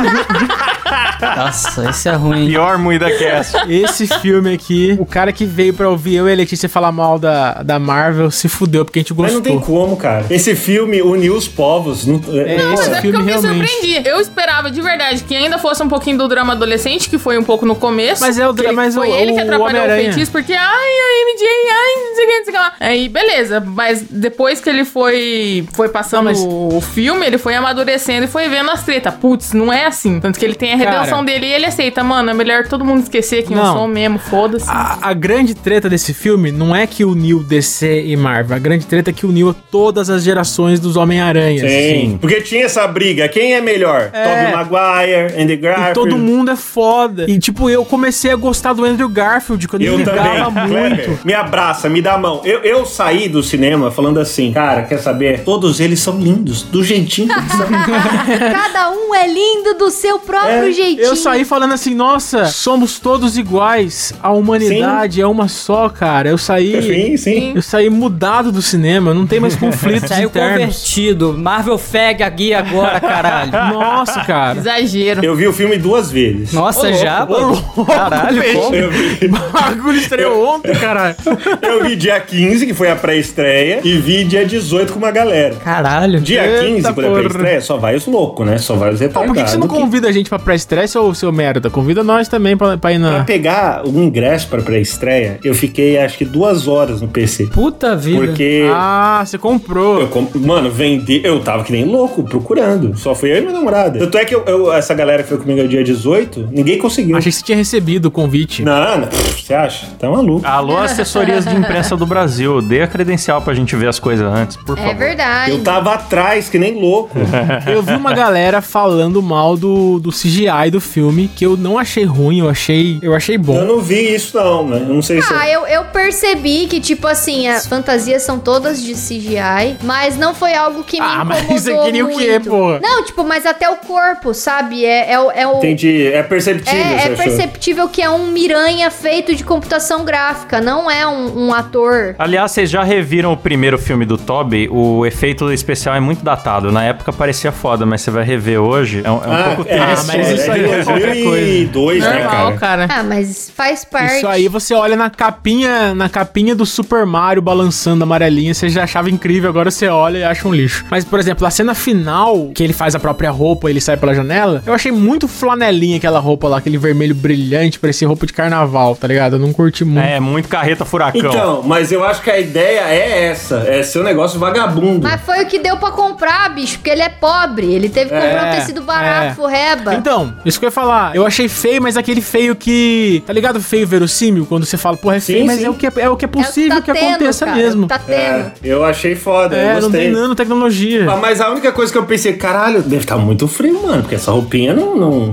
E: Nossa, esse é ruim.
C: Pior Muida Cast.
H: Esse filme aqui, o cara que veio pra ouvir eu e a Letícia falar mal da Marvel se fudeu, porque a gente
G: Mas
H: gostou.
G: não tem como, cara. Esse filme uniu os povos. Não...
D: Mas
H: esse
D: é porque
H: filme
D: eu me
H: realmente.
D: surpreendi. Eu esperava de verdade que ainda fosse um pouquinho do drama adolescente, que foi um pouco no começo.
H: Mas é o
D: que
H: drama, mas
D: foi
H: o
D: ele que atrapalhou o
H: Homem-Aranha.
D: feitiço, porque ai, a MJ, ai, não sei o que, não sei o que lá. Aí, beleza. Mas depois que ele foi passando o filme, ele foi amadurecendo e foi vendo as tretas. Putz, não é assim. Tanto que ele tem a redenção
H: Cara,
D: dele e ele aceita, mano, é melhor todo mundo esquecer quem eu
H: Não.
D: sou mesmo, foda-se.
H: A grande treta desse filme não é que uniu DC e Marvel. A grande treta é que uniu todas as gerações dos Homem-Aranhas.
G: Sim. Porque tinha essa briga. Quem é melhor? Tobey Maguire, Andy Garfield.
H: E todo mundo é foda. E, tipo, eu comecei a gostar do Andrew Garfield quando
G: Eu
H: ele ligava
G: também.
H: muito.
G: Kleber, me abraça, me dá a mão. Eu saí do cinema falando assim, cara, quer saber? Todos eles são lindos, do jeitinho que eles são.
F: Cada um é lindo do seu próprio jeitinho.
H: Eu saí falando assim, nossa, somos todos iguais. A humanidade é uma só, cara. Eu saí...
G: Sim.
H: Eu saí mudado do cinema. Não tem mais conflitos
E: Saiu
H: internos.
E: convertido. Marvel Fag aqui agora, caralho.
H: Nossa, cara.
D: Exagero.
G: Eu vi o filme 2 vezes.
E: Nossa, já? Caralho, como?
G: Eu vi,
H: O bagulho estreou ontem, caralho.
G: eu vi dia 15, que foi a pré-estreia, e vi dia 18 com uma galera.
E: Caralho.
G: Dia
H: Eita
G: 15, quando é
H: porra.
G: pré-estreia, só vai os loucos, né? Só vai os
H: Por
G: retardados.
H: que você não convida a gente pra pré-estresse, ô seu merda? Convida nós também pra ir
G: Pra
H: na...
G: pegar o consegui um ingresso pra pré-estreia, eu fiquei acho que 2 horas no PC.
E: Puta vida.
G: Porque...
H: Ah, você comprou.
G: Mano, vendi... Eu tava que nem louco procurando. Só fui eu e minha namorada. Tanto é que essa galera que foi comigo no dia 18, ninguém conseguiu.
H: Achei que você tinha recebido o convite.
G: Não, você acha? Tá maluco.
C: Alô, assessorias de imprensa do Brasil, dê a credencial pra gente ver as coisas antes, por favor.
F: É verdade.
G: Eu tava atrás, que nem louco.
H: Eu vi uma galera falando mal do CGI do filme, que eu não achei ruim, eu achei bom.
G: Eu não vi isso não, né? Eu não sei se...
F: Eu percebi que, tipo assim, as fantasias são todas de CGI, mas não foi algo que me incomodou
H: mas você queria
F: muito.
H: o quê, porra?
F: Não, tipo, mas até o corpo, sabe? O...
G: Entendi, é perceptível, você
F: É
G: achou?
F: perceptível que é um Miranha feito de computação gráfica, não é um ator.
C: Aliás, vocês já reviram o primeiro filme do Tobey? O efeito especial é muito datado. Na época parecia foda, mas você vai rever hoje, é um pouco triste.
H: mas isso aí é qualquer coisa.
G: 2002, né,
D: Normal,
G: cara?
D: cara.
F: Ah, mas faz parte.
H: Isso aí você olha na capinha do Super Mario balançando amarelinha, você já achava incrível, agora você olha e acha um lixo. Mas, por exemplo, a cena final, que ele faz a própria roupa e ele sai pela janela, eu achei muito flanelinha aquela roupa lá, aquele vermelho brilhante, parecia roupa de carnaval, tá ligado? Eu não curti muito.
C: É, muito carreta furacão.
G: Então, mas eu acho que a ideia é essa, é ser um negócio vagabundo.
F: Mas foi o que deu pra comprar, bicho, porque ele é pobre. Ele teve que comprar um tecido barato, forreba.
H: Então, isso que eu ia falar. Eu achei feio, mas aquele feio que... Tá ligado? Feio verossímil? Quando você fala, porra, é feio,
G: Sim,
H: mas
G: sim.
H: é o que é possível que aconteça
F: cara,
H: mesmo.
F: Tá tendo.
G: Eu achei foda, eu
H: Não
G: gostei.
H: tem nanotecnologia.
G: Mas a única coisa que eu pensei, caralho, deve estar muito frio, mano, porque essa roupinha não...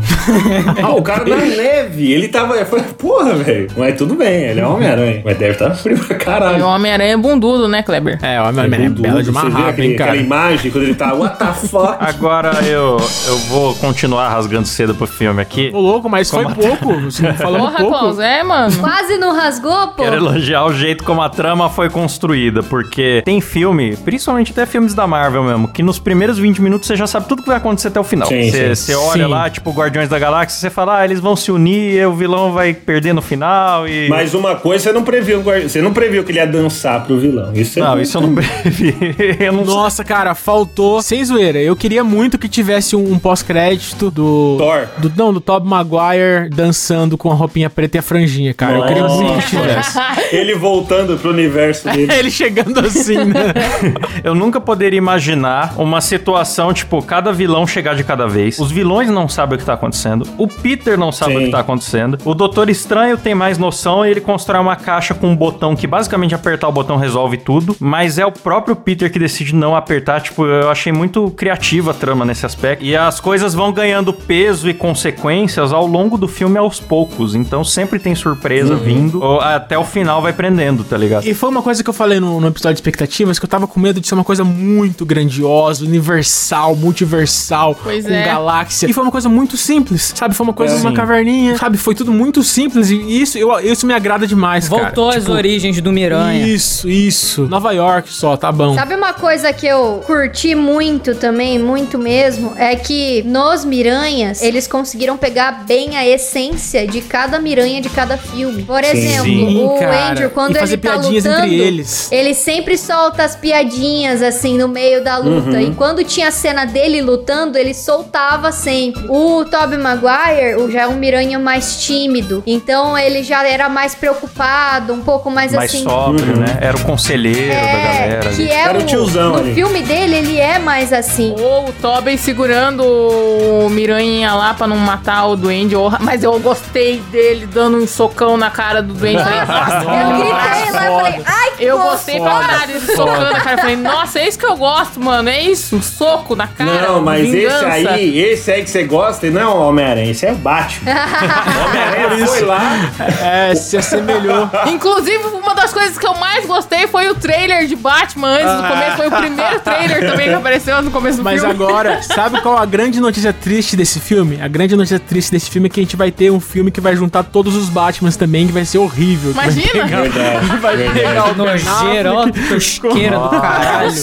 G: O cara na neve, ele tava... Eu falei, porra, velho, mas tudo bem, ele é Homem-Aranha, mas deve estar frio pra
D: E o
G: caralho.
D: Homem-Aranha é bundudo, né, Kleber?
H: É, o Homem-Aranha é bela de uma
G: Você viu
H: raba, hein,
G: aquela
H: cara.
G: imagem quando ele tá, what the fuck?
C: Agora eu vou continuar rasgando cedo pro filme aqui.
H: Ô, louco, mas foi pouco. Você falando
D: Porra,
H: pouco.
D: Klaus, mano.
F: Quase não rasgou, pô?
C: Quero elogiar o jeito como a trama foi construída, porque tem filme, principalmente até filmes da Marvel mesmo, que nos primeiros 20 minutos você já sabe tudo que vai acontecer até o final.
G: Sim, sim.
C: Você olha
H: Sim.
C: lá, tipo Guardiões da Galáxia, você fala, eles vão se unir, e o vilão vai perder no final e...
G: Mas uma coisa você não previu que ele ia dançar pro vilão. Isso é
C: Não, isso eu não previ. Eu não
H: Nossa, cara, faltou. Sem zoeira. Eu queria muito que tivesse um pós-crédito do.
G: Thor.
H: Do Tobey Maguire dançando com a roupinha preta e a franjinha, cara. Eu queria muito que tivesse.
G: Ele voltando pro universo dele.
H: Ele chegando assim, né?
C: Eu nunca poderia imaginar uma situação, tipo, cada vilão chegar de cada vez. Os vilões não sabem o que tá acontecendo. O Peter não sabe
G: Sim.
C: o que tá acontecendo. O Doutor Estranho tem mais noção e ele constrói uma caixa com um botão que basicamente apertar o botão resolve tudo. Mas é o próprio Peter que decide não apertar. Tipo, eu achei muito criativa a trama nesse aspecto. E as coisas vão ganhando peso e consequências ao longo do filme aos poucos. Então sempre tem surpresa vindo. Ou até o final vai prendendo, tá ligado?
H: E foi uma coisa que eu falei no episódio de expectativas, que eu tava com medo de ser uma coisa muito grandiosa, universal, multiversal,
D: Pois
H: com
D: é.
H: galáxia. E foi uma coisa muito simples, sabe? Foi uma coisa numa
C: Sim.
H: caverninha, sabe? Foi tudo muito simples e isso me agrada demais,
E: Voltou
H: cara.
E: às origens do Miranha.
H: Isso. Nova York só, tá bom.
F: Sabe uma coisa que eu curti muito também, muito mesmo, é que nos Miranhas, eles conseguiram pegar bem a essência de cada Miranha de cada filme. Por exemplo,
H: Sim,
F: o
H: cara.
F: Andrew, quando
H: E fazer
F: ele tá
H: piadinhas
F: lutando,
H: entre eles.
F: ele sempre solta as piadinhas, assim, no meio da luta. E quando tinha a cena dele lutando, ele soltava sempre. O Tobey Maguire já é um Miranha mais tímido, então ele já era mais preocupado, um pouco mais
C: Mais
F: assim...
C: sóbrio, né? Era o conselheiro da galera.
F: que
C: ali.
F: é
G: Era o tiozão
F: no
G: ali.
F: filme dele, ele é mais assim.
D: Ou o Tobey segurando o Miranha lá pra não matar o Duende. Mas eu gostei dele dando um socão na cara do Duende. Falei, nossa,
F: Eu gritei lá e falei, ai, que
D: eu
F: fofo.
D: gostei pra caralho dele socando na cara. Eu falei, nossa, é isso que eu gosto, mano. É isso, um soco na cara.
G: Não, mas
D: vingança.
G: esse aí que você gosta, não é o Homem-Aranha, esse é o Batman. O Homem-Aranha foi lá.
H: É, se assemelhou.
D: Inclusive, uma das coisas que eu mais gostei foi o trailer de Batman antes do começo. Foi o primeiro trailer também que apareceu no começo do
H: Mas
D: filme.
H: agora, sabe qual a grande notícia triste desse filme? A grande notícia triste desse filme é que a gente vai ter um filme que vai juntar todos os Batmans também, que vai ser horrível. que vai
D: Imagina!
G: Verdade.
H: Vai pegar o
E: Nojeira, ó, tosqueira do caralho.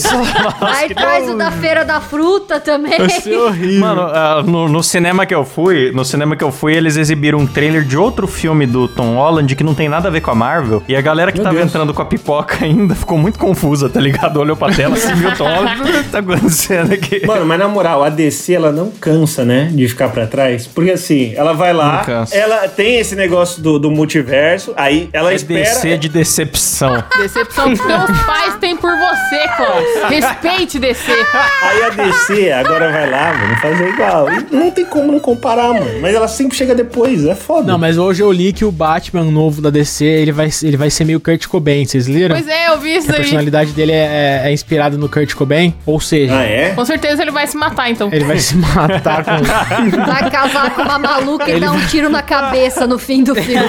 F: Aí traz o da Feira da Fruta também.
H: Vai ser horrível.
C: Mano, no cinema que eu fui, eles exibiram um trailer de outro filme do Tom Holland que não tem nada a ver com a Marvel. E a galera que tava entrando com a pipoca ainda ficou muito confusa, tá ligado? Olhou pra tela, assim, viu o Tom Holland, o que tá acontecendo aqui?
G: Mano, mas na moral, a DC, ela não cansa, né, de ficar pra trás. Porque assim, ela vai lá,
C: Não cansa.
G: ela tem esse negócio negócio do multiverso, aí ela espera...
C: DC de decepção.
D: Decepção que teus pais têm por você, Klaus. Respeite DC.
G: Aí a DC agora vai lá, mano, fazer igual. E não tem como não comparar, mano. Mas ela sempre chega depois, é foda.
H: Não, mas hoje eu li que o Batman novo da DC, ele vai ser meio Kurt Cobain, vocês leram?
D: Pois é, eu vi isso
H: A
D: aí.
H: personalidade dele é inspirada no Kurt Cobain, ou seja...
G: Ah, é?
D: Com certeza ele vai se matar, então.
H: Ele vai se matar com...
F: Vai casar com uma maluca e dar um tiro na cabeça no fim do filme.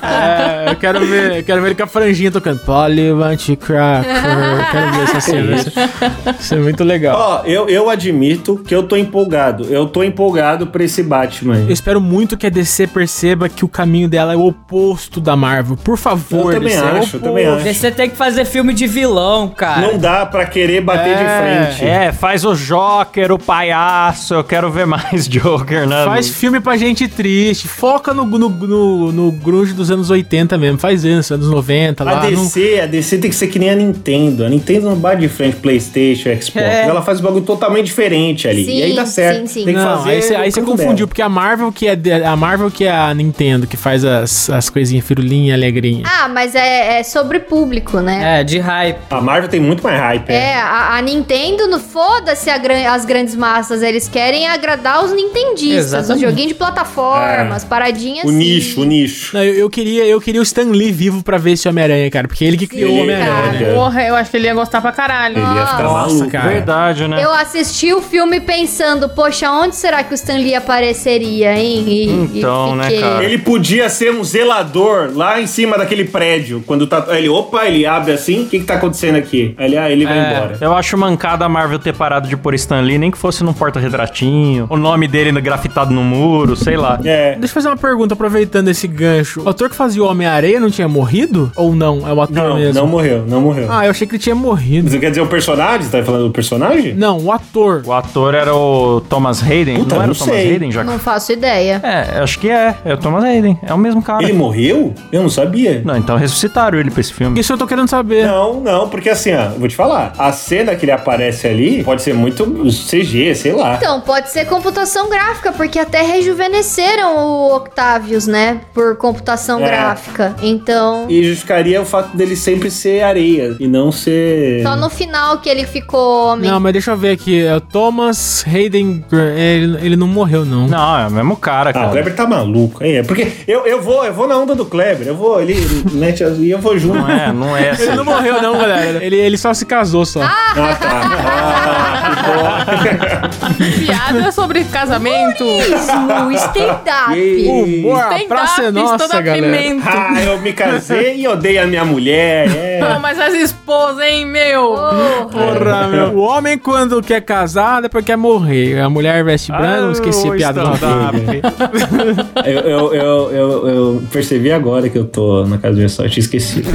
H: eu quero ver ele com a franjinha tocando Polywant Cracker. Eu quero ver essa cena. Isso é muito legal.
G: Ó, eu admito que eu tô empolgado. Eu tô empolgado pra esse Batman.
H: Eu espero muito que a DC perceba que o caminho dela é o oposto da Marvel. Por favor,
G: Eu também
H: DC,
G: acho, eu também acho.
E: Você tem que fazer filme de vilão, cara.
G: Não dá pra querer bater de frente.
C: Faz o Joker, o palhaço. Eu quero ver mais Joker, né?
H: Faz filme pra gente triste. Foca no grunge dos anos 80 mesmo. Faz isso, anos 90 lá.
G: A DC tem que ser que nem a Nintendo. A Nintendo não bate de frente PlayStation, Xbox. Ela faz um bagulho totalmente diferente ali.
F: Sim,
G: e aí dá certo.
F: sim.
G: Tem que
H: Não,
G: fazer
H: aí você confundiu, porque a Marvel que é a Nintendo, que faz as coisinhas firulinha, alegrinha.
F: Ah, mas é sobre público, né?
E: É, de hype.
G: A Marvel tem muito mais hype.
F: A Nintendo, foda-se as grandes massas. Eles querem agradar os nintendistas.
E: Exatamente.
F: Os joguinhos de plataforma, as paradinhas
G: O nicho.
H: Não, eu queria o Stan Lee vivo pra ver esse Homem-Aranha, cara, porque ele que criou o Homem-Aranha.
G: cara.
D: Porra, eu acho que ele ia gostar pra caralho.
G: Ele ia ficar maluco.
H: cara.
C: Verdade, né?
F: Eu assisti o filme pensando, poxa, onde será que o Stan Lee apareceria, hein?
C: Então, né, cara?
G: Ele podia ser um zelador lá em cima daquele prédio. Quando tá. Ele abre assim, o que tá acontecendo aqui? Ele vai embora.
C: Eu acho mancada a Marvel ter parado de pôr Stan Lee, nem que fosse num porta-retratinho, o nome dele grafitado no muro, sei lá.
G: É.
H: Deixa eu fazer uma pergunta, aproveitando esse gancho. O ator que fazia o Homem-Aranha não tinha morrido? Ou não? É o ator mesmo?
G: Não morreu.
H: Ah, eu achei que ele tinha morrido.
G: Você quer dizer o personagem? Você tá falando do personagem?
H: Não, o ator.
C: O ator era o Thomas Hayden.
G: Puta,
C: não era
G: não
C: o Thomas
G: sei.
C: Hayden, já?
F: Não faço ideia.
C: Acho que é. É o Thomas Hayden. É o mesmo cara.
G: Ele morreu? Eu não sabia.
C: Não, então ressuscitaram ele pra esse filme.
H: Isso eu tô querendo saber.
G: Não, porque assim, vou te falar. A cena que ele aparece ali pode ser muito CG, sei lá.
F: Então, pode ser computação gráfica, porque até rejuvenesceram o Octavius, né? Por computação gráfica. Então...
G: E justificaria o fato dele sempre ser areia e não ser...
F: Só no final que ele ficou homem.
H: Não, mas deixa eu ver aqui. É o Thomas Hayden. Ele não morreu, não.
C: Não, é o mesmo cara,
G: Ah,
C: cara.
G: o Kleber tá maluco. Porque eu vou na onda do Kleber. Ele mete e eu vou junto.
C: Não é assim.
H: Ele não morreu, não, galera. Ele só se casou só.
G: Ah, tá.
D: Piada sobre casamento.
F: Isso, stand-up.
H: Humor, a praça é nossa,
D: toda
H: galera.
D: pimenta.
G: Eu me casei e odeio a minha mulher.
D: Não, mas as esposas, hein, meu?
H: Porra, meu. O homem, quando quer casar, depois quer morrer. A mulher veste branco, esqueci a piada do
G: Eu percebi agora que eu tô na casa do pessoal, eu tinha esquecido.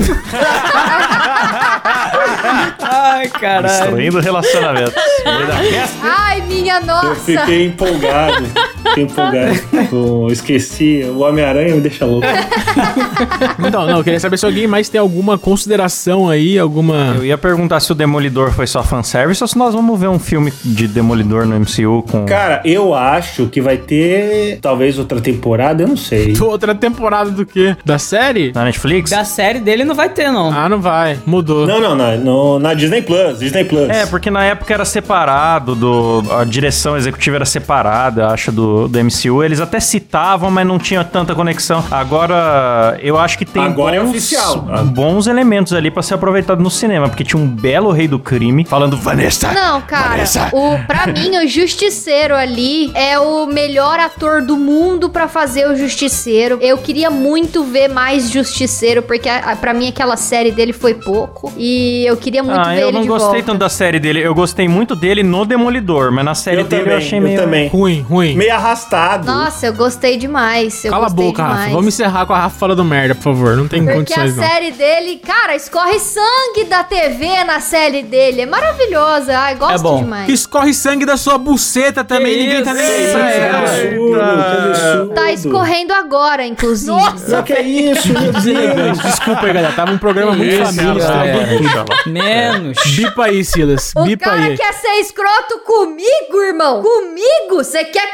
E: Ai, caralho.
C: Destruindo relacionamentos.
F: Ai, minha
G: Eu
F: nossa.
G: fiquei empolgado. Eu esqueci. O Homem-Aranha me deixa louco.
H: Então, não, eu queria saber se alguém mais tem alguma consideração aí, alguma...
C: Eu ia perguntar se o Demolidor foi só fanservice ou se nós vamos ver um filme de Demolidor no MCU com...
G: Cara, eu acho que vai ter talvez outra temporada, eu não sei.
H: Outra temporada do quê? Da série?
C: Na Netflix?
E: Da série dele não vai ter, não.
H: Ah, não vai. Mudou.
G: Não, na Disney Plus.
C: É, porque na época era separado, a direção executiva era separada, acho, do MCU. Eles até citavam, mas não tinha tanta conexão. Agora, eu acho que tem
G: Agora é oficial.
C: bons elementos ali pra ser aproveitado no cinema, porque tinha um belo rei do crime falando Vanessa.
F: Não, cara,
C: Vanessa.
F: pra mim, o Justiceiro ali é o melhor ator do mundo pra fazer o Justiceiro. Eu queria muito ver mais Justiceiro, porque pra mim aquela série dele foi pouco. E eu queria muito ver ele de volta.
C: Eu não gostei tanto da série dele. Eu gostei muito dele no Demolidor, mas na série dele eu achei meio...
G: também.
H: Ruim.
G: Meio arrastado.
F: Nossa, eu gostei demais.
H: Cala a boca, Rafa. Vamos encerrar com a Rafa falando merda, por favor. Não tem
F: Porque
H: condições,
F: a
H: não.
F: série dele, cara, escorre sangue da TV na série dele. É maravilhosa. Ai, gosto
E: bom.
F: demais.
H: Escorre sangue da sua buceta também.
E: Que
H: Ninguém tá nem aí
E: isso?
H: pra
G: Que
H: ela.
G: absurdo.
F: Tá escorrendo agora, inclusive.
G: Nossa, que é isso, meu Deus.
H: Deselegante. Desculpa aí, galera. Tava um programa muito família.
E: Menos.
H: Bipa aí, Silas.
F: O
H: Bipa
F: cara
H: aí.
F: quer ser escroto comigo, irmão. Comigo? Você quer competir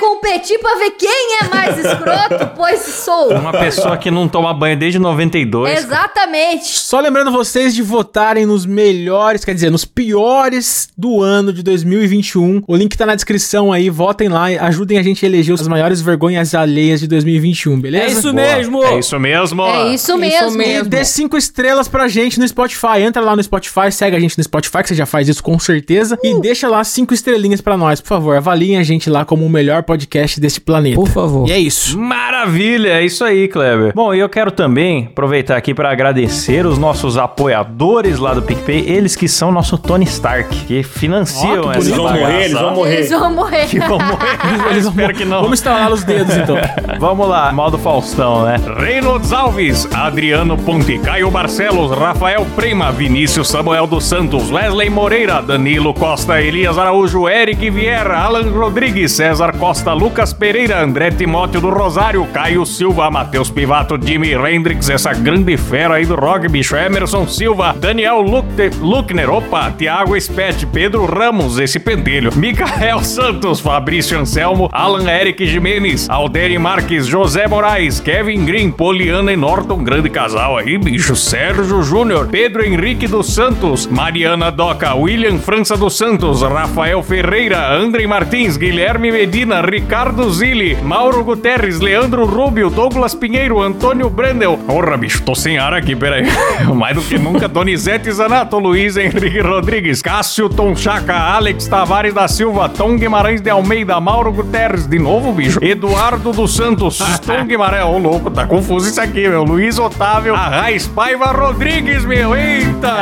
F: competir pra ver quem é mais escroto, pois sou.
C: Uma pessoa que não toma banho desde 92.
F: Exatamente.
H: Só lembrando vocês de votarem nos melhores, quer dizer, nos piores do ano de 2021. O link tá na descrição aí, votem lá e ajudem a gente a eleger as maiores vergonhas alheias de 2021, beleza?
E: É isso
C: Boa.
E: mesmo.
C: É isso mesmo.
F: É isso mesmo.
H: E dê 5 estrelas pra gente no Spotify. Entra lá no Spotify, segue a gente no Spotify, que você já faz isso com certeza. E deixa lá 5 estrelinhas pra nós, por favor. Avaliem a gente lá como o melhor podcast deste planeta.
E: Por favor.
H: E é isso.
C: Maravilha, é isso aí, Kleber. Bom, e eu quero também aproveitar aqui para agradecer os nossos apoiadores lá do PicPay, eles que são nosso Tony Stark, que financiam essa
G: Eles vão
C: bagaça.
G: morrer, eles vão morrer.
F: Eles vão morrer.
C: Que vão morrer. Espero que não.
H: Vamos instalar os dedos, então.
C: Vamos lá, modo Faustão, né? Reynolds Alves, Adriano Ponte, Caio Barcelos, Rafael Prema, Vinícius Samuel dos Santos, Wesley Moreira, Danilo Costa, Elias Araújo, Eric Vieira, Alan Rodrigues, César Costa, Lucas Pereira, André Timóteo do Rosário, Caio Silva, Matheus Pivato, Jimmy Hendrix, essa grande fera aí do rock, bicho, Emerson Silva, Daniel Luckner, opa, Thiago Spet, Pedro Ramos, esse pentelho, Micael Santos, Fabrício Anselmo, Alan Eric Jimenez, Alderi Marques, José Moraes, Kevin Green, Poliana e Norton, grande casal aí, bicho, Sérgio Júnior, Pedro Henrique dos Santos, Mariana Doca, William França dos Santos, Rafael Ferreira, André Martins, Guilherme Medina, Ricardo Zilli, Mauro Guterres, Leandro Rubio, Douglas Pinheiro, Antônio Brandel. Porra, bicho, tô sem ar aqui, peraí. Mais do que nunca, Donizete Zanato, Luiz Henrique Rodrigues, Cássio Tonchaca, Alex Tavares da Silva, Tom Guimarães de Almeida, Mauro Guterres, de novo, bicho, Eduardo dos Santos, Tom Guimarães, ô louco, tá confuso isso aqui, meu, Luiz Otávio, Arraiz Paiva Rodrigues, meu, eita!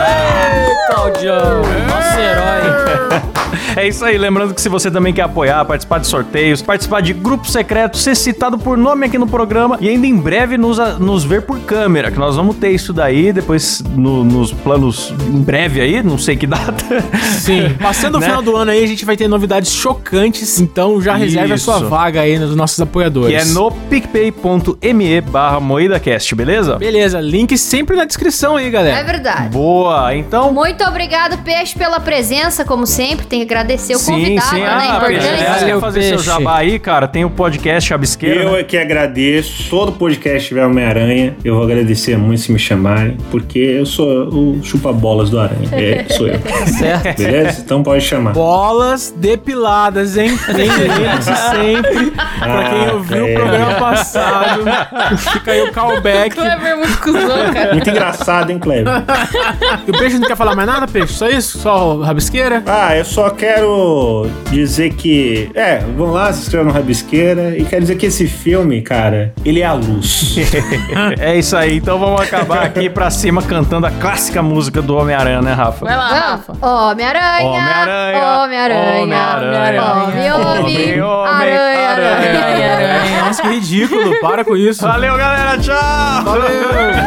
E: Claudião, nosso herói.
C: É isso aí, lembrando que se você também quer apoiar, participar de sorteios, participar de grupo secreto, ser citado por nome aqui no programa e ainda em breve nos ver por câmera, que nós vamos ter isso daí depois nos planos em breve aí, não sei que data.
H: Sim. Passando o
C: Né?
H: final do ano aí, a gente vai ter novidades chocantes, então já reserve a sua
C: Isso.
H: vaga aí nos nossos apoiadores.
C: Que é no picpay.me/moedacast, beleza?
H: Beleza, link sempre na descrição aí,
F: É
H: galera.
F: verdade.
C: Boa, então...
F: Muito obrigado, Peixe, pela presença, como sempre. Tem que agradecer o convidado, né?
C: Peixe,
F: Importante.
C: aliás, quer fazer seu
E: Peixe.
C: jabá aí, cara? Tem o podcast Chabisqueira,
G: Eu
C: né?
G: é que agradeço. Todo podcast tiver Homem-Aranha, eu vou agradecer muito se me chamarem, porque eu sou o chupa-bolas do Aranha. Sou eu.
E: Certo.
G: Beleza? Então pode chamar.
H: Bolas depiladas, hein? Lembre-se sempre. Pra quem ouviu o programa passado, fica aí o callback.
D: Kleber é muito cuzão, cara.
G: Muito engraçado, hein, Kleber?
H: E o Peixe não quer falar mais nada, Peixe? Só isso? Só rabisqueira?
G: Ah, eu só quero dizer que... vão lá, se inscrevam no Rabisqueira. E quero dizer que esse filme, cara, ele é a luz.
C: É isso aí, então vamos acabar aqui pra cima cantando a clássica música do Homem-Aranha, né, Rafa?
D: Vai lá, Rafa.
F: Homem-Aranha.
C: Homem-Aranha.
F: Homem-Aranha. Homem-Aranha.
H: Nossa, que ridículo. Para com isso.
C: Valeu, galera, tchau!
H: Valeu.